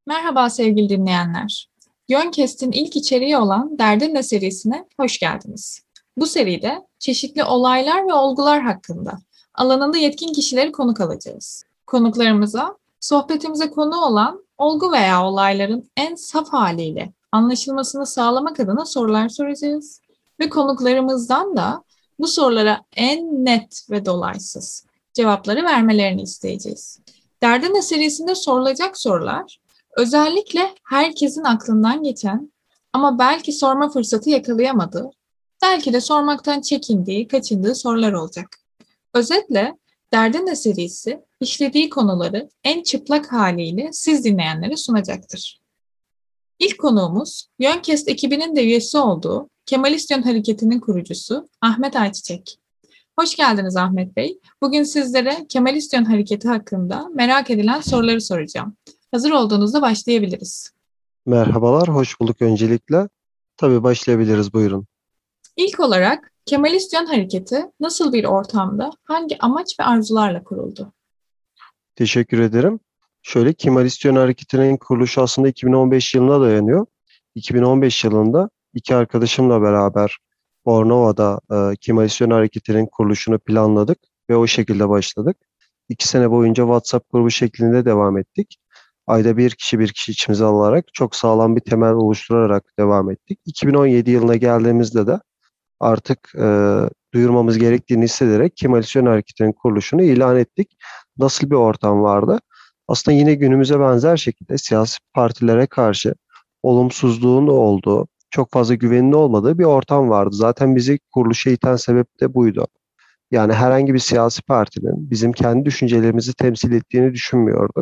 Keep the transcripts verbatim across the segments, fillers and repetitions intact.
Merhaba sevgili dinleyenler. Yönkest'in ilk içeriği olan Derdin Ne serisine hoş geldiniz. Bu seride çeşitli olaylar ve olgular hakkında alanında yetkin kişileri konuk alacağız. Konuklarımıza, sohbetimize konu olan olgu veya olayların en saf haliyle anlaşılmasını sağlamak adına sorular soracağız. Ve konuklarımızdan da bu sorulara en net ve dolaysız cevapları vermelerini isteyeceğiz. Derdin Ne serisinde sorulacak sorular, özellikle herkesin aklından geçen ama belki sorma fırsatı yakalayamadığı, belki de sormaktan çekindiği, kaçındığı sorular olacak. Özetle Derdin Ne serisi işlediği konuları en çıplak haliyle siz dinleyenlere sunacaktır. İlk konuğumuz Yönkest ekibinin de üyesi olduğu Kemalist Yön Hareketi'nin kurucusu Ahmet Ayçiçek. Hoş geldiniz Ahmet Bey. Bugün sizlere Kemalist Yön Hareketi hakkında merak edilen soruları soracağım. Hazır olduğunuzda başlayabiliriz. Merhabalar, hoş bulduk öncelikle. Tabii başlayabiliriz, buyurun. İlk olarak Kemalist Yön Hareketi nasıl bir ortamda, hangi amaç ve arzularla kuruldu? Teşekkür ederim. Şöyle, Kemalist Hareketi'nin kuruluşu aslında iki bin on beş yılına dayanıyor. iki bin on beş yılında iki arkadaşımla beraber Bornova'da e, Kemalist Hareketi'nin kuruluşunu planladık ve o şekilde başladık. İki sene boyunca WhatsApp grubu şeklinde devam ettik. Ayda bir kişi bir kişi içimize alarak çok sağlam bir temel oluşturarak devam ettik. iki bin on yedi yılına geldiğimizde de artık e, duyurmamız gerektiğini hissederek Kemalisyon Hareketi'nin kuruluşunu ilan ettik. Nasıl bir ortam vardı? Aslında yine günümüze benzer şekilde siyasi partilere karşı olumsuzluğun olduğu, çok fazla güvenin olmadığı bir ortam vardı. Zaten bizi kuruluşa iten sebep de buydu. Yani herhangi bir siyasi partinin bizim kendi düşüncelerimizi temsil ettiğini düşünmüyorduk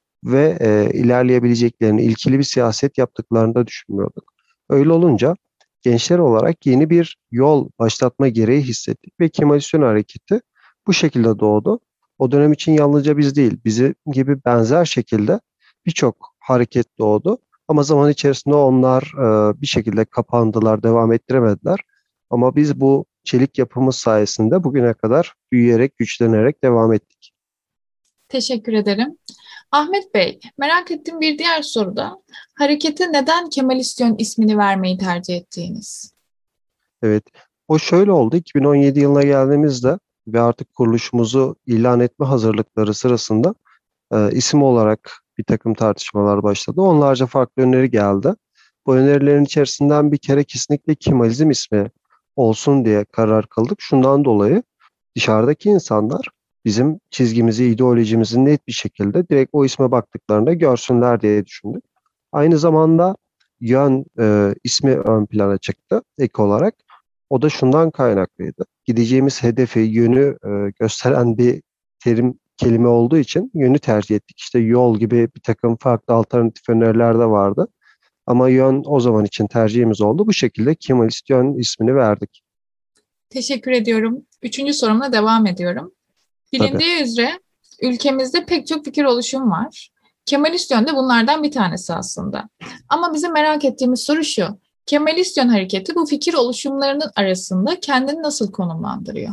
ve e, ilerleyebileceklerini, ilkili bir siyaset yaptıklarını da düşünmüyorduk. Öyle olunca gençler olarak yeni bir yol başlatma gereği hissettik ve Kemalisyon Hareketi bu şekilde doğdu. O dönem için yalnızca biz değil, bizi gibi benzer şekilde birçok hareket doğdu. Ama zaman içerisinde onlar e, bir şekilde kapandılar, devam ettiremediler. Ama biz bu çelik yapımız sayesinde bugüne kadar büyüyerek, güçlenerek devam ettik. Teşekkür ederim. Ahmet Bey, merak ettiğim bir diğer soru da harekete neden Kemalist Yön ismini vermeyi tercih ettiğiniz? Evet. O şöyle oldu. iki bin on yedi yılına geldiğimizde ve artık kuruluşumuzu ilan etme hazırlıkları sırasında e, isim olarak bir takım tartışmalar başladı. Onlarca farklı öneri geldi. Bu önerilerin içerisinden bir kere kesinlikle Kemalizm ismi olsun diye karar kıldık. Şundan dolayı dışarıdaki insanlar bizim çizgimizi, ideolojimizi net bir şekilde direkt o isme baktıklarında görsünler diye düşündük. Aynı zamanda yön e, ismi ön plana çıktı ek olarak. O da şundan kaynaklıydı. Gideceğimiz hedefi, yönü e, gösteren bir terim, kelime olduğu için yönü tercih ettik. İşte yol gibi bir takım farklı alternatif öneriler de vardı. Ama yön o zaman için tercihimiz oldu. Bu şekilde Kemalist Yön ismini verdik. Teşekkür ediyorum. Üçüncü sorumla devam ediyorum. Tabii. Bilindiği üzere ülkemizde pek çok fikir oluşum var. Kemalist yön de bunlardan bir tanesi aslında. Ama bizim merak ettiğimiz soru şu. Kemalist yön hareketi bu fikir oluşumlarının arasında kendini nasıl konumlandırıyor?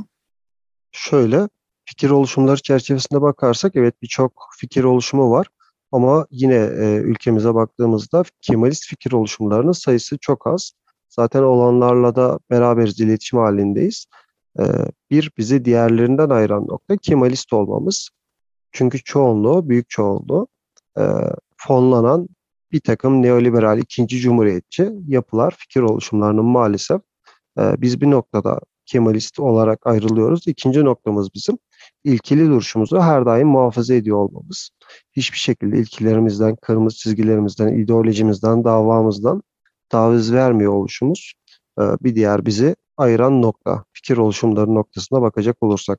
Şöyle fikir oluşumları çerçevesinde bakarsak evet birçok fikir oluşumu var. Ama yine e, ülkemize baktığımızda Kemalist fikir oluşumlarının sayısı çok az. Zaten olanlarla da beraberiz, iletişim halindeyiz. E, bir bizi diğerlerinden ayıran nokta Kemalist olmamız. Çünkü çoğunluğu, büyük çoğunluğu e, fonlanan bir takım neoliberal, ikinci cumhuriyetçi yapılar, fikir oluşumlarının maalesef ee, biz bir noktada Kemalist olarak ayrılıyoruz. İkinci noktamız bizim ilkeli duruşumuzu her daim muhafaza ediyor olmamız. Hiçbir şekilde ilkilerimizden, kırmızı çizgilerimizden, ideolojimizden, davamızdan taviz vermiyor oluşumuz. Ee, bir diğer bizi ayıran nokta, fikir oluşumları noktasına bakacak olursak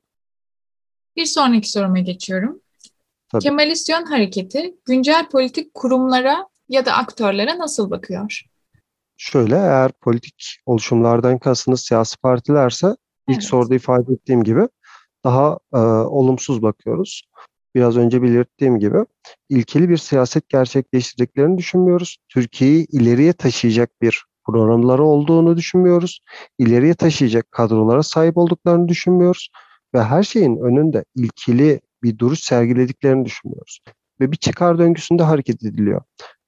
Bir sonraki soruma geçiyorum. tabii. Kemalist yön hareketi güncel politik kurumlara ya da aktörlere nasıl bakıyor? Şöyle eğer politik oluşumlardan kastınız siyasi partilerse ilk Evet. soruda ifade ettiğim gibi daha e, olumsuz bakıyoruz. Biraz önce belirttiğim gibi ilkeli bir siyaset gerçekleştirdiklerini düşünmüyoruz. Türkiye'yi ileriye taşıyacak bir programları olduğunu düşünmüyoruz. İleriye taşıyacak kadrolara sahip olduklarını düşünmüyoruz. Ve her şeyin önünde ilkeli bir duruş sergilediklerini düşünmüyoruz. Ve bir çıkar döngüsünde hareket ediliyor.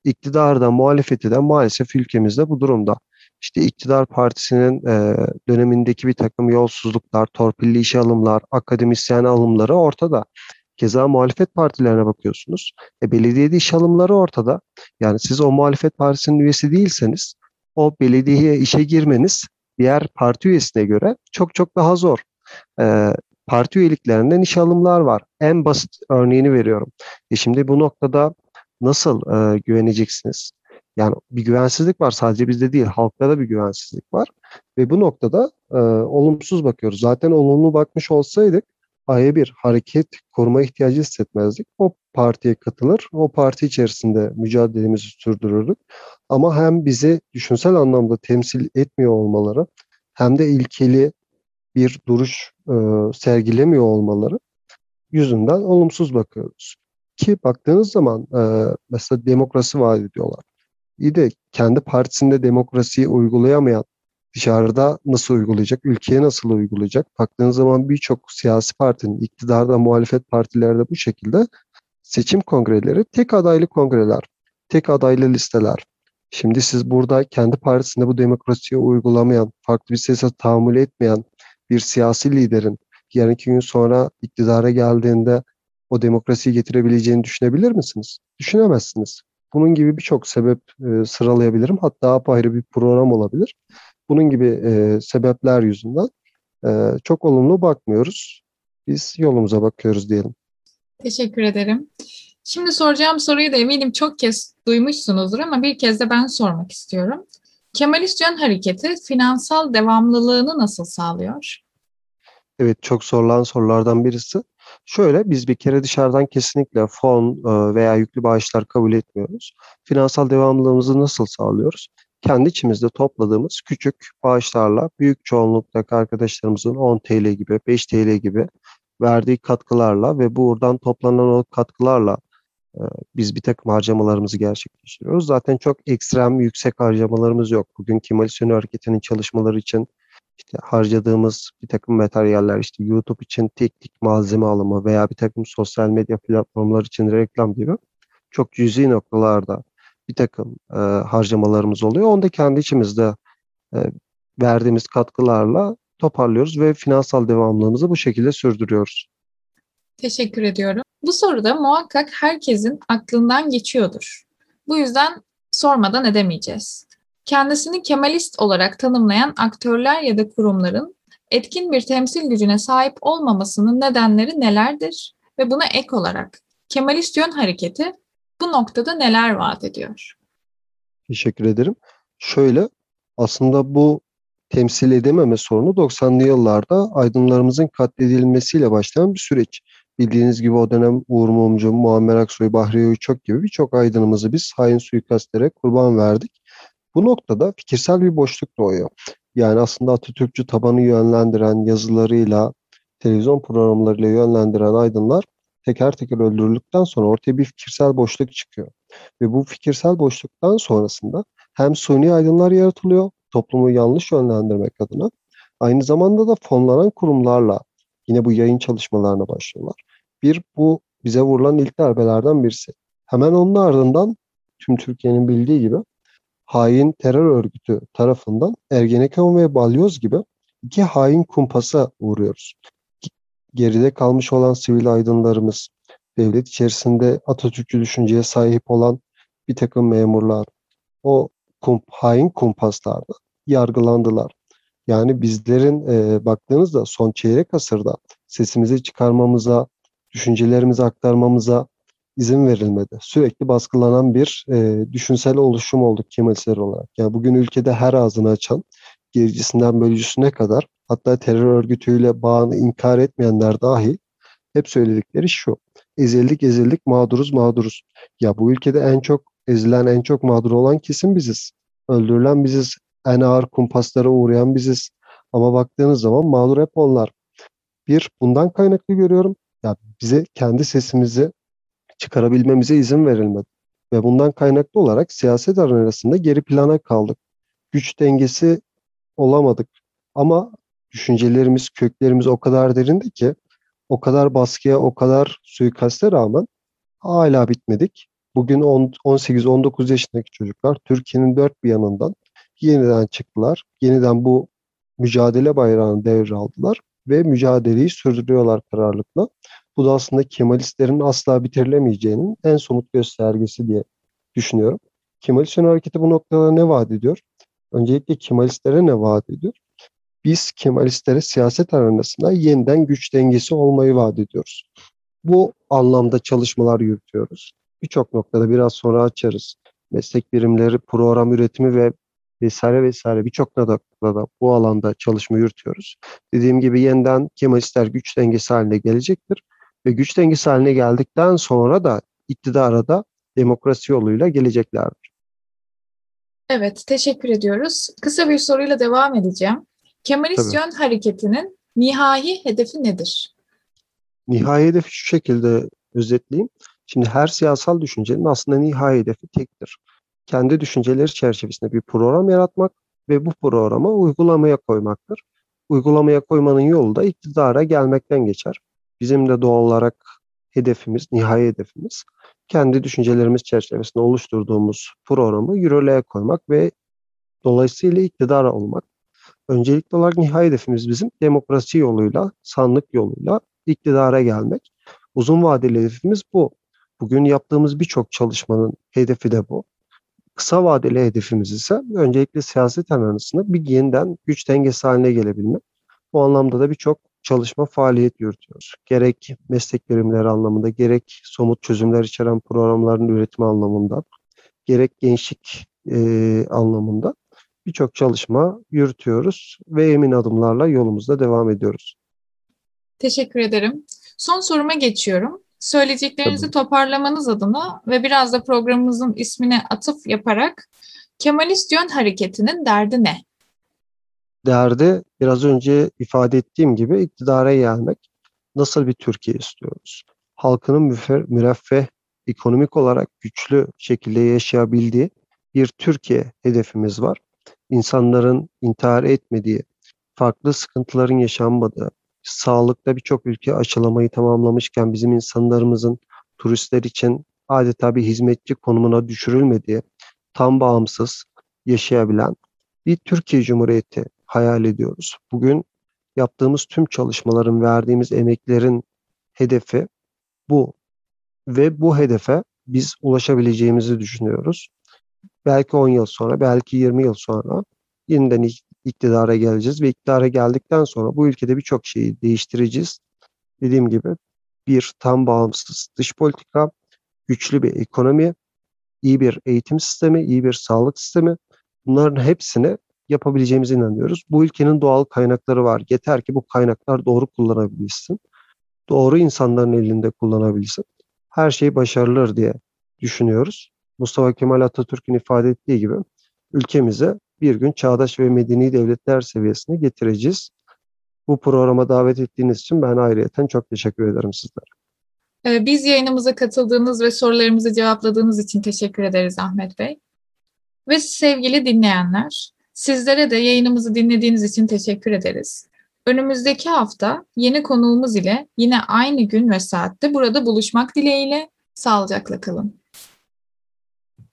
İktidarı da muhalefeti de maalesef ülkemizde bu durumda. İşte iktidar partisinin e, dönemindeki bir takım yolsuzluklar, torpilli işe alımlar, akademisyen alımları ortada. Keza muhalefet partilerine bakıyorsunuz. E, belediyede iş alımları ortada. Yani siz o muhalefet partisinin üyesi değilseniz o belediyeye işe girmeniz diğer parti üyesine göre çok çok daha zor. E, Parti üyeliklerinden işe alımlar var. En basit örneğini veriyorum. E şimdi bu noktada nasıl e, güveneceksiniz? Yani bir güvensizlik var, sadece bizde değil, halkta da bir güvensizlik var. Ve bu noktada e, olumsuz bakıyoruz. Zaten olumlu bakmış olsaydık ayrı bir hareket koruma ihtiyacı hissetmezdik. O partiye katılır, o parti içerisinde mücadelemizi sürdürürdük. Ama hem bizi düşünsel anlamda temsil etmiyor olmaları hem de ilkeli bir duruş e, sergilemiyor olmaları yüzünden olumsuz bakıyoruz. Ki baktığınız zaman e, mesela demokrasi vaat ediyorlar. İyi de kendi partisinde demokrasiyi uygulayamayan dışarıda nasıl uygulayacak, ülkeye nasıl uygulayacak? Baktığınız zaman birçok siyasi partinin, iktidarda, muhalefet partilerde bu şekilde seçim kongreleri tek adaylı kongreler, tek adaylı listeler. Şimdi siz burada kendi partisinde bu demokrasiyi uygulamayan, farklı bir siyasete tahammül etmeyen bir siyasi liderin yarın iki gün sonra iktidara geldiğinde o demokrasiyi getirebileceğini düşünebilir misiniz? Düşünemezsiniz. Bunun gibi birçok sebep e, sıralayabilirim. Hatta apayrı bir program olabilir. Bunun gibi e, sebepler yüzünden e, çok olumlu bakmıyoruz. Biz yolumuza bakıyoruz diyelim. Teşekkür ederim. Şimdi soracağım soruyu da eminim çok kez duymuşsunuzdur ama bir kez de ben sormak istiyorum. Kemalist Yön Hareketi finansal devamlılığını nasıl sağlıyor? Evet, çok sorulan sorulardan birisi. Şöyle, biz bir kere dışarıdan kesinlikle fon e, veya yüklü bağışlar kabul etmiyoruz. Finansal devamlılığımızı nasıl sağlıyoruz? Kendi içimizde topladığımız küçük bağışlarla büyük çoğunluktaki arkadaşlarımızın on T L gibi, beş T L gibi verdiği katkılarla ve buradan toplanan o katkılarla e, biz bir takım harcamalarımızı gerçekleştiriyoruz. Zaten çok ekstrem yüksek harcamalarımız yok. Bugün Kemal Sönü Hareketi'nin çalışmaları için işte harcadığımız bir takım materyaller, işte YouTube için teknik malzeme alımı veya bir takım sosyal medya platformları için reklam gibi çok cüzi noktalarda bir takım e, harcamalarımız oluyor. Onu da kendi içimizde e, verdiğimiz katkılarla toparlıyoruz ve finansal devamlılığımızı bu şekilde sürdürüyoruz. Teşekkür ediyorum. Bu soruda muhakkak herkesin aklından geçiyordur. Bu yüzden sormadan edemeyeceğiz. Kendisini Kemalist olarak tanımlayan aktörler ya da kurumların etkin bir temsil gücüne sahip olmamasının nedenleri nelerdir? Ve buna ek olarak Kemalist Yön Hareketi bu noktada neler vaat ediyor? Teşekkür ederim. Şöyle, aslında bu temsil edememe sorunu doksanlı yıllarda aydınlarımızın katledilmesiyle başlayan bir süreç. Bildiğiniz gibi o dönem Uğur Mumcu, Muammer Aksoy, Bahriye Uyçok gibi birçok aydınımızı biz hain suikastlere kurban verdik. Bu noktada fikirsel bir boşluk doğuyor. Yani aslında Atatürkçü tabanı yönlendiren yazılarıyla, televizyon programlarıyla yönlendiren aydınlar teker teker öldürüldükten sonra ortaya bir fikirsel boşluk çıkıyor. Ve bu fikirsel boşluktan sonrasında hem suni aydınlar yaratılıyor, toplumu yanlış yönlendirmek adına, aynı zamanda da fonlanan kurumlarla yine bu yayın çalışmalarına başlıyorlar. Bir, bu bize vurulan ilk darbelerden birisi. Hemen onun ardından tüm Türkiye'nin bildiği gibi hain terör örgütü tarafından Ergenekon ve Balyoz gibi iki hain kumpasa uğruyoruz. Geride kalmış olan sivil aydınlarımız, devlet içerisinde Atatürkçü düşünceye sahip olan bir takım memurlar, o kump, hain kumpaslarda yargılandılar. Yani bizlerin e, baktığınızda son çeyrek asırda sesimizi çıkarmamıza, düşüncelerimizi aktarmamıza izin verilmedi. Sürekli baskılanan bir e, düşünsel oluşum olduk Kemalistler olarak. Yani bugün ülkede her ağzını açan, gericisinden bölücüsüne kadar, hatta terör örgütüyle bağını inkar etmeyenler dahil hep söyledikleri şu: ezildik ezildik, mağduruz mağduruz. Ya bu ülkede en çok ezilen, en çok mağdur olan kesim biziz. Öldürülen biziz. En ağır kumpaslara uğrayan biziz. Ama baktığınız zaman mağdur hep onlar. Bir, bundan kaynaklı görüyorum. Ya bize kendi sesimizi çıkarabilmemize izin verilmedi. Ve bundan kaynaklı olarak siyaset arenasında geri plana kaldık. Güç dengesi olamadık. Ama düşüncelerimiz, köklerimiz o kadar derindi ki, o kadar baskıya, o kadar suikaste rağmen hala bitmedik. Bugün on sekiz on dokuz yaşındaki çocuklar Türkiye'nin dört bir yanından yeniden çıktılar. Yeniden bu mücadele bayrağını devraldılar ve mücadeleyi sürdürüyorlar kararlılıkla. Bu da aslında Kemalistlerin asla bitirilemeyeceğinin en somut göstergesi diye düşünüyorum. Kemalisyon hareketi bu noktada ne vaat ediyor? Öncelikle Kemalistlere ne vaat ediyor? Biz Kemalistlere siyaset arenasında yeniden güç dengesi olmayı vaat ediyoruz. Bu anlamda çalışmalar yürütüyoruz. Birçok noktada biraz sonra açarız. Meslek birimleri, program üretimi ve vesaire vesaire birçok noktada bu alanda çalışma yürütüyoruz. Dediğim gibi yeniden Kemalistler güç dengesi haline gelecektir. Ve güç dengesi haline geldikten sonra da iktidara da demokrasi yoluyla geleceklerdir. Evet, teşekkür ediyoruz. Kısa bir soruyla devam edeceğim. Kemalist Tabii. yön hareketinin nihai hedefi nedir? Nihai hedefi şu şekilde özetleyeyim. Şimdi her siyasal düşüncenin aslında nihai hedefi tektir. Kendi düşünceleri çerçevesinde bir program yaratmak ve bu programa uygulamaya koymaktır. Uygulamaya koymanın yolu da iktidara gelmekten geçer. Bizim de doğal olarak hedefimiz, nihai hedefimiz kendi düşüncelerimiz çerçevesinde oluşturduğumuz programı yürürlüğe koymak ve dolayısıyla iktidara olmak. Öncelikli olarak nihai hedefimiz bizim demokrasi yoluyla, sandık yoluyla iktidara gelmek. Uzun vadeli hedefimiz bu. Bugün yaptığımız birçok çalışmanın hedefi de bu. Kısa vadeli hedefimiz ise öncelikle siyaset arenasında bir yeniden güç dengesi haline gelebilmek. Bu anlamda da birçok çalışma faaliyet yürütüyoruz. Gerek meslek birimleri anlamında, gerek somut çözümler içeren programların üretimi anlamında, gerek gençlik e, anlamında birçok çalışma yürütüyoruz ve emin adımlarla yolumuzda devam ediyoruz. Teşekkür ederim. Son soruma geçiyorum. Söyleyeceklerinizi Tabii. toparlamanız adına ve biraz da programımızın ismine atıf yaparak Kemalist yön hareketinin derdi ne? Derdi biraz önce ifade ettiğim gibi iktidara gelmek. Nasıl bir Türkiye istiyoruz? Halkının müfer, müreffeh, ekonomik olarak güçlü şekilde yaşayabildiği bir Türkiye hedefimiz var. İnsanların intihar etmediği, farklı sıkıntıların yaşanmadığı, sağlıkta birçok ülke aşılamayı tamamlamışken bizim insanlarımızın turistler için adeta bir hizmetçi konumuna düşürülmediği, tam bağımsız yaşayabilen bir Türkiye Cumhuriyeti hayal ediyoruz. Bugün yaptığımız tüm çalışmaların, verdiğimiz emeklerin hedefi bu ve bu hedefe biz ulaşabileceğimizi düşünüyoruz. Belki on yıl sonra, belki yirmi yıl sonra yeniden iktidara geleceğiz ve iktidara geldikten sonra bu ülkede birçok şeyi değiştireceğiz. Dediğim gibi bir tam bağımsız dış politika, güçlü bir ekonomi, iyi bir eğitim sistemi, iyi bir sağlık sistemi, bunların hepsini yapabileceğimize inanıyoruz. Bu ülkenin doğal kaynakları var. Yeter ki bu kaynaklar doğru kullanabilsin. Doğru insanların elinde kullanabilsin. Her şey başarılır diye düşünüyoruz. Mustafa Kemal Atatürk'ün ifade ettiği gibi ülkemize bir gün çağdaş ve medeni devletler seviyesine getireceğiz. Bu programa davet ettiğiniz için ben ayrıyeten çok teşekkür ederim sizlere. Ee, Biz yayınımıza katıldığınız ve sorularımızı cevapladığınız için teşekkür ederiz Ahmet Bey. Ve sevgili dinleyenler, sizlere de yayınımızı dinlediğiniz için teşekkür ederiz. Önümüzdeki hafta yeni konuğumuz ile yine aynı gün ve saatte burada buluşmak dileğiyle sağlıcakla kalın.